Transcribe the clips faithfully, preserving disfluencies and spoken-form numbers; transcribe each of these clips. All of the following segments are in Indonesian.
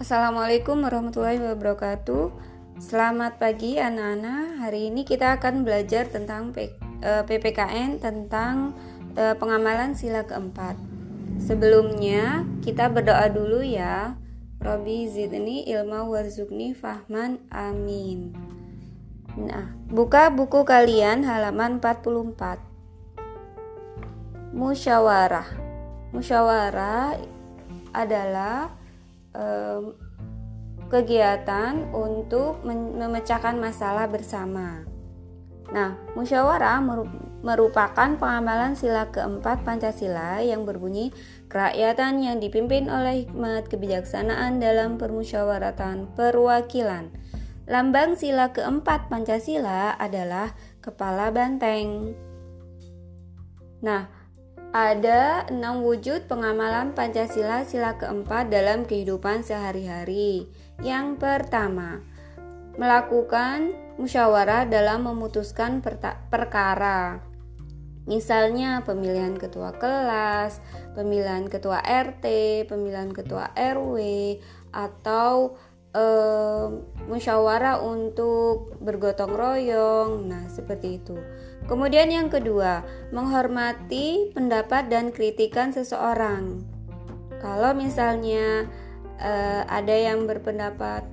Assalamualaikum warahmatullahi wabarakatuh. Selamat pagi anak-anak. Hari ini kita akan belajar tentang P P K N tentang pengamalan sila keempat. Sebelumnya kita berdoa dulu ya. Robbi zidni ilma warzuqni fahman amin. Nah, buka buku kalian halaman empat puluh empat. Musyawarah. Musyawarah adalah Um, kegiatan untuk memecahkan masalah bersama. Nah, musyawarah merupakan pengamalan sila keempat Pancasila yang berbunyi kerakyatan yang dipimpin oleh hikmat kebijaksanaan dalam permusyawaratan perwakilan. Lambang sila keempat Pancasila adalah kepala banteng. Nah, ada enam wujud pengamalan Pancasila sila keempat dalam kehidupan sehari-hari. Yang pertama, melakukan musyawarah dalam memutuskan perkara. Misalnya pemilihan ketua kelas, pemilihan ketua R T, pemilihan ketua R W, atau eh, musyawarah untuk bergotong royong. Nah, seperti itu. Kemudian yang kedua, menghormati pendapat dan kritikan seseorang. Kalau misalnya eh, ada yang berpendapat,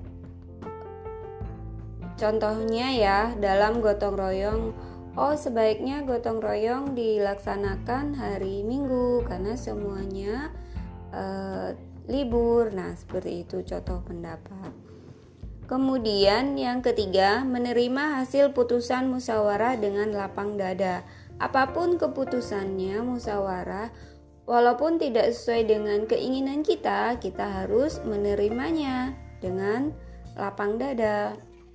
contohnya ya dalam gotong royong, oh sebaiknya gotong royong dilaksanakan hari Minggu karena semuanya eh, libur. Nah, seperti itu contoh pendapat. Kemudian yang ketiga, menerima hasil putusan musyawarah dengan lapang dada. Apapun keputusannya musyawarah, walaupun tidak sesuai dengan keinginan kita, kita harus menerimanya dengan lapang dada.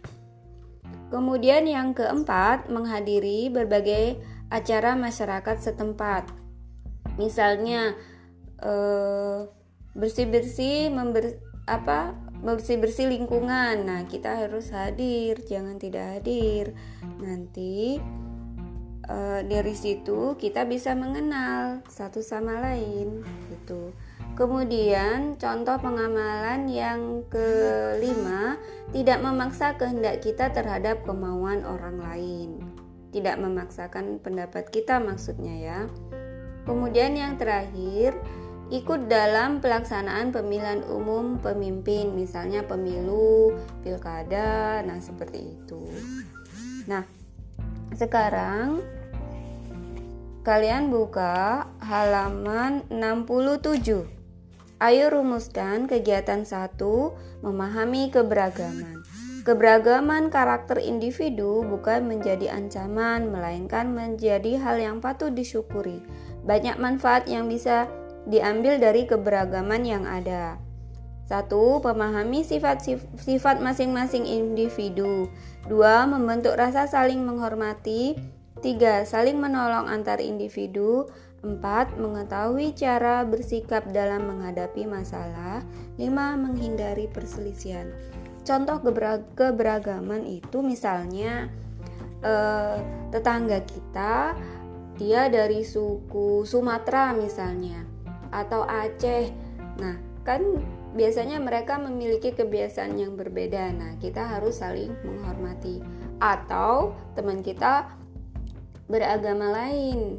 Kemudian yang keempat, menghadiri berbagai acara masyarakat setempat. Misalnya eh, bersih-bersih, member, apa bersih-bersih lingkungan. Nah, kita harus hadir, jangan tidak hadir. Nanti e, dari situ kita bisa mengenal satu sama lain gitu. Kemudian contoh pengamalan yang kelima, tidak memaksa kehendak kita terhadap kemauan orang lain. Tidak memaksakan pendapat kita maksudnya ya. Kemudian yang terakhir, ikut dalam pelaksanaan pemilihan umum pemimpin, misalnya pemilu, pilkada, nah seperti itu. Nah, sekarang kalian buka halaman enam puluh tujuh. Ayo rumuskan kegiatan satu, memahami keberagaman. Keberagaman karakter individu bukan menjadi ancaman, melainkan menjadi hal yang patut disyukuri. Banyak manfaat yang bisa diambil dari keberagaman yang ada. Satu, memahami sifat-sifat masing-masing individu. Dua, membentuk rasa saling menghormati. Tiga, saling menolong antar individu. Empat, mengetahui cara bersikap dalam menghadapi masalah. Lima, menghindari perselisihan. Contoh keberagaman itu misalnya eh, tetangga kita, dia dari suku Sumatera misalnya, atau Aceh. Nah, kan biasanya mereka memiliki kebiasaan yang berbeda. Nah, kita harus saling menghormati. Atau teman kita beragama lain,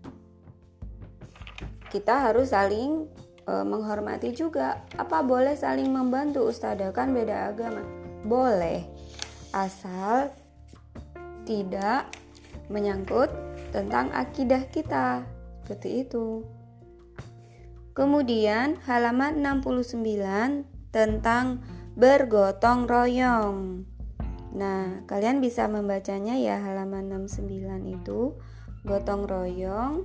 kita harus saling e, menghormati juga. Apa boleh saling membantu ustadzah, kan beda agama? Boleh, asal tidak menyangkut tentang akidah kita. Seperti itu. Kemudian halaman enam puluh sembilan tentang bergotong royong. Nah, kalian bisa membacanya ya halaman enam puluh sembilan itu. Gotong royong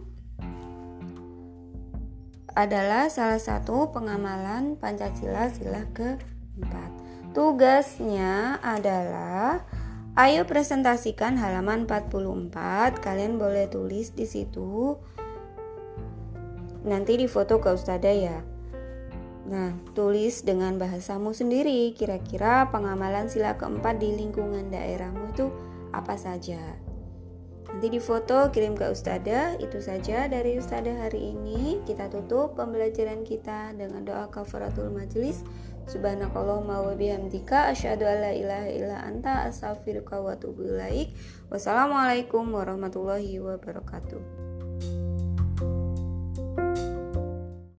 adalah salah satu pengamalan Pancasila sila keempat. Tugasnya adalah ayo presentasikan halaman empat puluh empat. Kalian boleh tulis di situ. Nanti difoto ke ustadzah ya. Nah, tulis dengan bahasamu sendiri. Kira-kira pengamalan sila keempat di lingkungan daerahmu itu apa saja. Nanti difoto kirim ke Ustadzah. Itu saja dari Ustadzah hari ini. Kita tutup pembelajaran kita dengan doa kafaratul majlis. Subhanakallahumma wa bihamdika asyhadu an la ilaha illa anta astaghfiruka wa atubu ilaik. Wassalamualaikum warahmatullahi wabarakatuh.